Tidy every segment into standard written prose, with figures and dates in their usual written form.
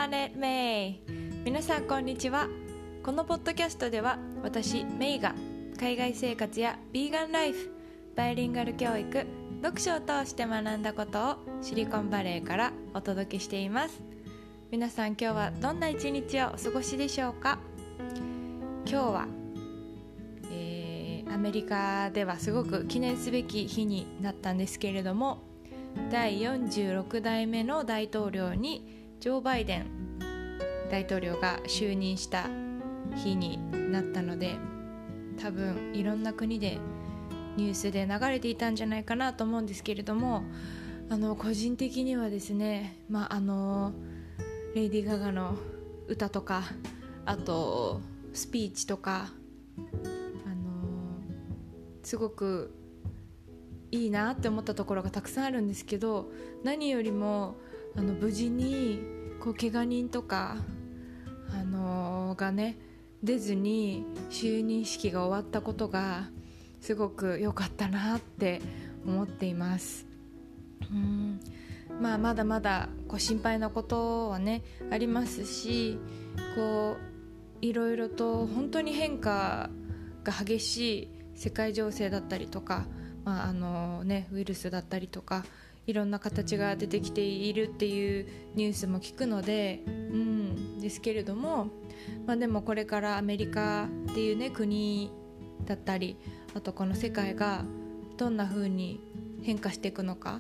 Planet May。 皆さんこんにちは。このポッドキャストでは私メイが海外生活やビーガンライフ、バイリンガル教育、読書を通して学んだことをシリコンバレーからお届けしています。皆さん今日はどんな一日をお過ごしでしょうか。今日は、アメリカではすごく記念すべき日になったんですけれども、第46代目の大統領にジョー・バイデン大統領が就任した日になったので、多分いろんな国でニュースで流れていたんじゃないかなと思うんですけれども、個人的にはですね、レイディー・ガガの歌とか、あとスピーチとか、すごくいいなって思ったところがたくさんあるんですけど、何よりも無事に怪我人とか、がね出ずに就任式が終わったことがすごく良かったなって思っています。まだまだ心配なことはねありますし、いろいろと本当に変化が激しい世界情勢だったりとか、ウイルスだったりとか、いろんな形が出てきているっていうニュースも聞くので、ですけれども、でもこれからアメリカっていうね国だったり、あとこの世界がどんな風に変化していくのか、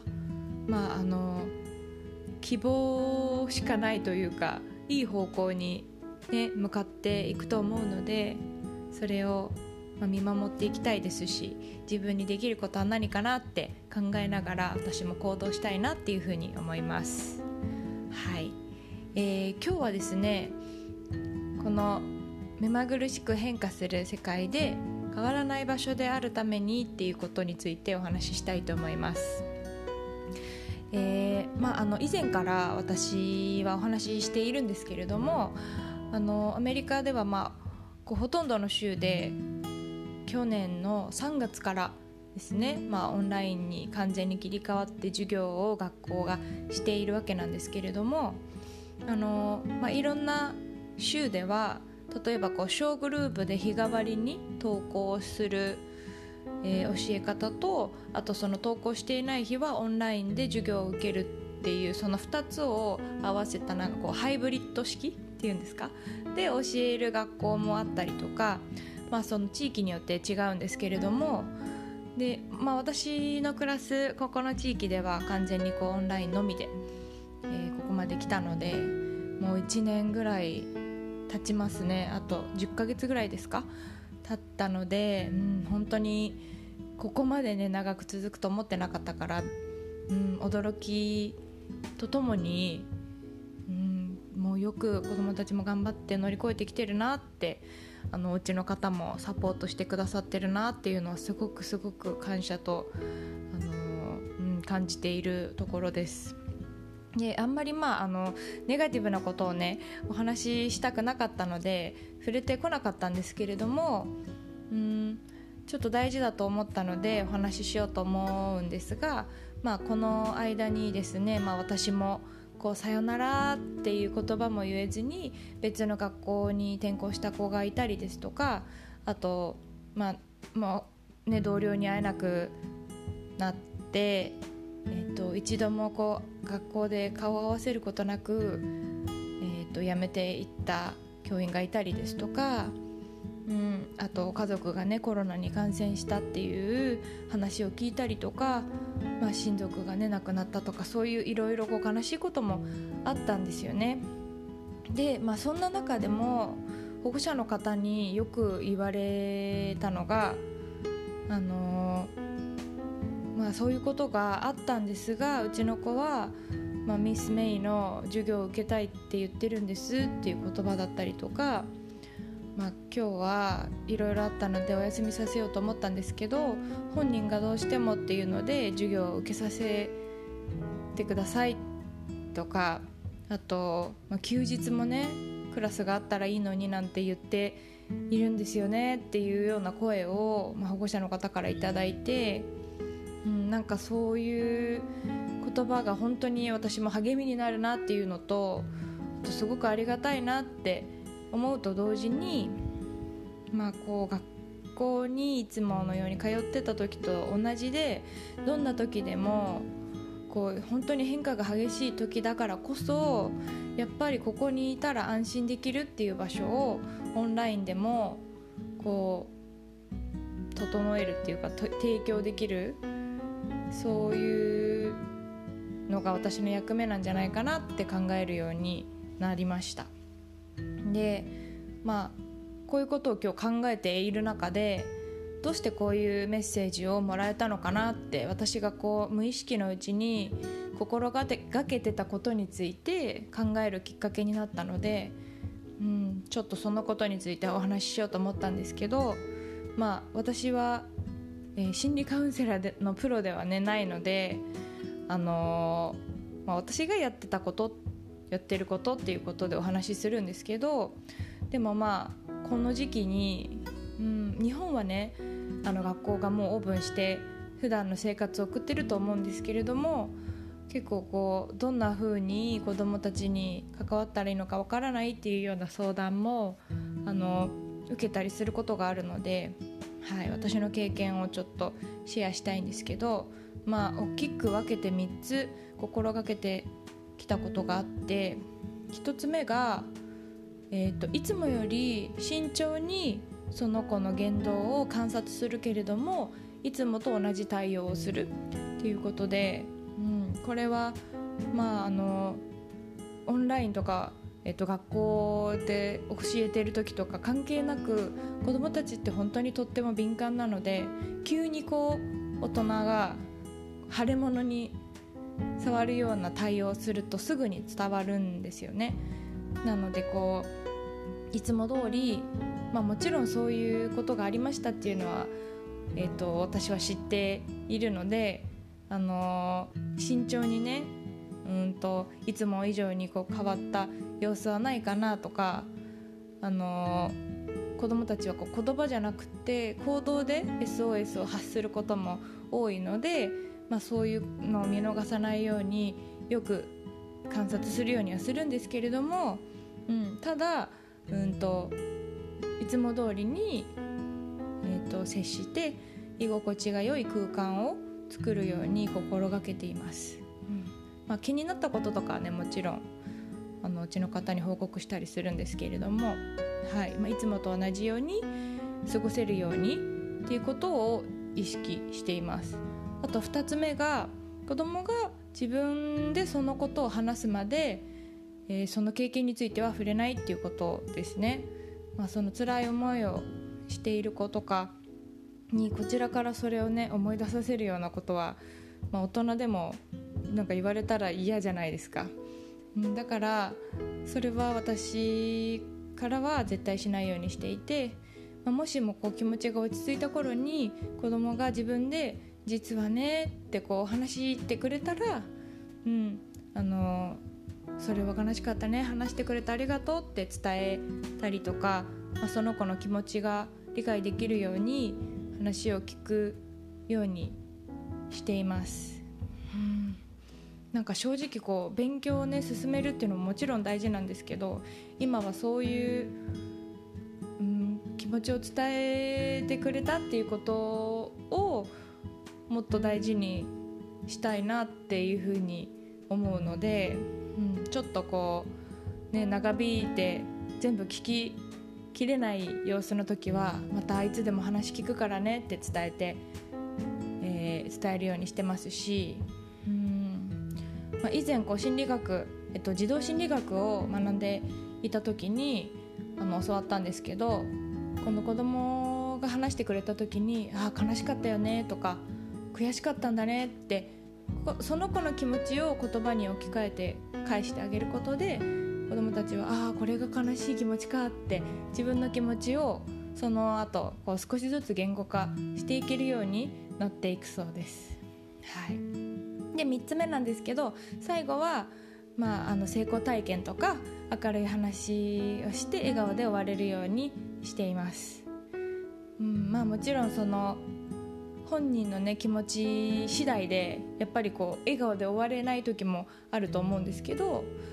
希望しかないというか、いい方向に、向かっていくと思うので、それを見守っていきたいですし、自分にできることは何かなって考えながら私も行動したいなっていうふうに思います。はい、今日はですね、この目まぐるしく変化する世界で変わらない場所であるためにっていうことについてお話ししたいと思います。以前から私はお話ししているんですけれども、アメリカではほとんどの州で去年の3月からですね、オンラインに完全に切り替わって授業を学校がしているわけなんですけれども、いろんな州では例えば小グループで日替わりに登校する、教え方と、あとその登校していない日はオンラインで授業を受けるっていう、その2つを合わせたハイブリッド式っていうんですか、で教える学校もあったりとか、その地域によって違うんですけれども、で、私のクラスここの地域では完全にオンラインのみで、ここまで来たので、もう1年ぐらい経ちますね。あと10ヶ月ぐらいですか経ったので、本当にここまでね長く続くと思ってなかったから、驚きとともに、もうよく子どもたちも頑張って乗り越えてきてるなって、うちの方もサポートしてくださってるなっていうのはすごく感謝と、感じているところです。で、あんまりネガティブなことをねお話ししたくなかったので触れてこなかったんですけれども、ちょっと大事だと思ったのでお話ししようと思うんですが、この間にですね、私もさよならっていう言葉も言えずに別の学校に転校した子がいたりですとか、あと同僚に会えなくなって、一度も学校で顔を合わせることなく、辞めていった教員がいたりですとか、あと家族がねコロナに感染したっていう話を聞いたりとか、親族がね亡くなったとか、そういういろいろ悲しいこともあったんですよね。で、そんな中でも保護者の方によく言われたのが、そういうことがあったんですが、うちの子は、ミス・メイの授業を受けたいって言ってるんですっていう言葉だったりとか、今日はいろいろあったのでお休みさせようと思ったんですけど、本人がどうしてもっていうので授業を受けさせてくださいとか、あと、休日もねクラスがあったらいいのになんて言っているんですよねっていうような声を、保護者の方からいただいて、そういう言葉が本当に私も励みになるなっていうのと、 とすごくありがたいなって思うと同時に、こう学校にいつものように通ってた時と同じで、どんな時でもこう本当に変化が激しい時だからこそ、やっぱりここにいたら安心できるっていう場所をオンラインでもこう整えるっていうか提供できる、そういうのが私の役目なんじゃないかなって考えるようになりました。で、こういうことを今日考えている中で、どうしてこういうメッセージをもらえたのかなって、私がこう無意識のうちに心がけてたことについて考えるきっかけになったので、ちょっとそのことについてお話ししようと思ったんですけど、私は、心理カウンセラーのプロでは、ないので、私がやってることっていうことでお話しするんですけど、でもこの時期に、日本はね、学校がもうオープンして普段の生活を送ってると思うんですけれども、結構こうどんな風に子どもたちに関わったらいいのかわからないっていうような相談も受けたりすることがあるので、私の経験をちょっとシェアしたいんですけど、大きく分けて3つ心がけてきたことがあって、1つ目が、いつもより慎重にその子の言動を観察するけれども、いつもと同じ対応をするっていうことで、これはオンラインとか、学校で教えている時とか関係なく、子どもたちって本当にとっても敏感なので、急にこう大人が腫れ物に触るような対応をするとすぐに伝わるんですよね。なのでこういつも通り、もちろんそういうことがありましたっていうのは、私は知っているので、慎重にね、いつも以上にこう変わった様子はないかなとか、子どもたちはこう言葉じゃなくて行動で SOS を発することも多いので、そういうのを見逃さないようによく観察するようにはするんですけれども、ただ、いつも通りに、接して居心地が良い空間を作るように心がけています。気になったこととかはね、もちろんうちの方に報告したりするんですけれども、いつもと同じように過ごせるようにっていうことを意識しています。あと2つ目が、子供が自分でそのことを話すまで、その経験については触れないっていうことですね。その辛い思いをしている子とかにこちらからそれをね思い出させるようなことは、大人でもなんか言われたら嫌じゃないですか。だからそれは私からは絶対しないようにしていて、もしもこう気持ちが落ち着いた頃に子供が自分で実はねってこう話してくれたら、それは悲しかったね、話してくれてありがとうって伝えたりとか、その子の気持ちが理解できるように話を聞くようにしています。なんか正直こう勉強をね進めるっていうのももちろん大事なんですけど、今はそういう、気持ちを伝えてくれたっていうことをもっと大事にしたいなっていうふうに思うので、ちょっとこうね長引いて全部聞ききれない様子の時は、またいつでも話聞くからねって伝えるようにしてますし、以前こう心理学、児童心理学を学んでいた時に教わったんですけど、この子供が話してくれた時に悲しかったよねとか悔しかったんだねって、その子の気持ちを言葉に置き換えて返してあげることで、子供たちはこれが悲しい気持ちかって自分の気持ちをその後こう少しずつ言語化していけるようになっていくそうです。で3つ目なんですけど、最後は、成功体験とか明るい話をして笑顔で終われるようにしています。もちろんその本人のね気持ち次第でやっぱりこう笑顔で終われない時もあると思うんですけど、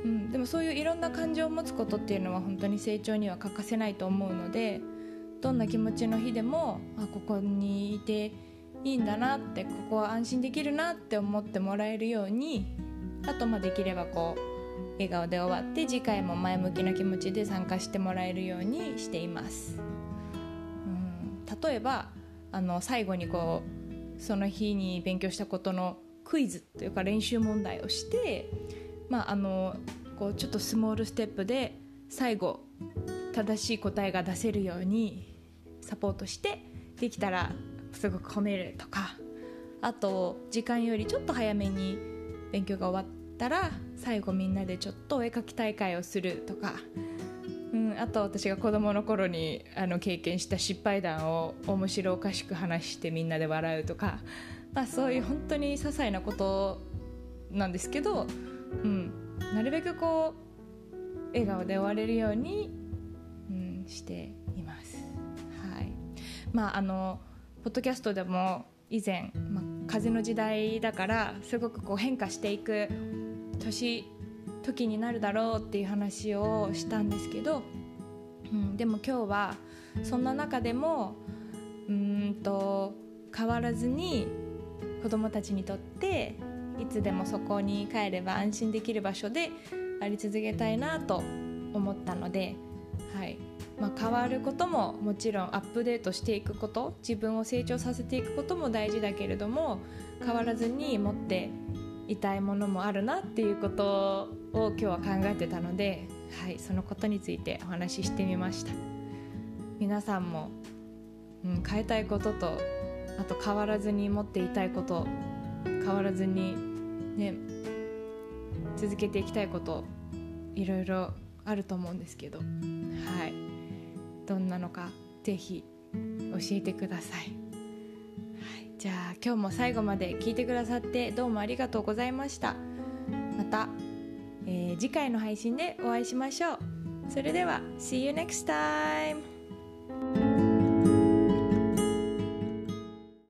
でもそういういろんな感情を持つことっていうのは本当に成長には欠かせないと思うので、どんな気持ちの日でもここにいていいんだなって、ここは安心できるなって思ってもらえるように、あとできれば笑顔で終わって次回も前向きな気持ちで参加してもらえるようにしています。例えば最後にその日に勉強したことのクイズというか練習問題をして、ちょっとスモールステップで最後正しい答えが出せるようにサポートして、できたらすごく褒めるとか、あと時間よりちょっと早めに勉強が終わったら最後みんなでちょっとお絵描き大会をするとか、あと私が子供の頃に経験した失敗談を面白おかしく話してみんなで笑うとか、そういう本当に些細なことなんですけど、なるべく笑顔で終われるように、しています。はい。ポッドキャストでも以前、風の時代だからすごく変化していく時になるだろうっていう話をしたんですけど、でも今日はそんな中でも変わらずに子どもたちにとっていつでもそこに帰れば安心できる場所であり続けたいなと思ったので、変わることももちろんアップデートしていくこと、自分を成長させていくことも大事だけれども、変わらずに持っていたいものもあるなっていうことを今日は考えてたので、そのことについてお話ししてみました。皆さんも、変えたいことと、あと変わらずに持っていたいこと、変わらずに、続けていきたいこと、いろいろあると思うんですけど、どんなのかぜひ教えてください。じゃあ今日も最後まで聞いてくださってどうもありがとうございました。また、次回の配信でお会いしましょう。それでは See you next time!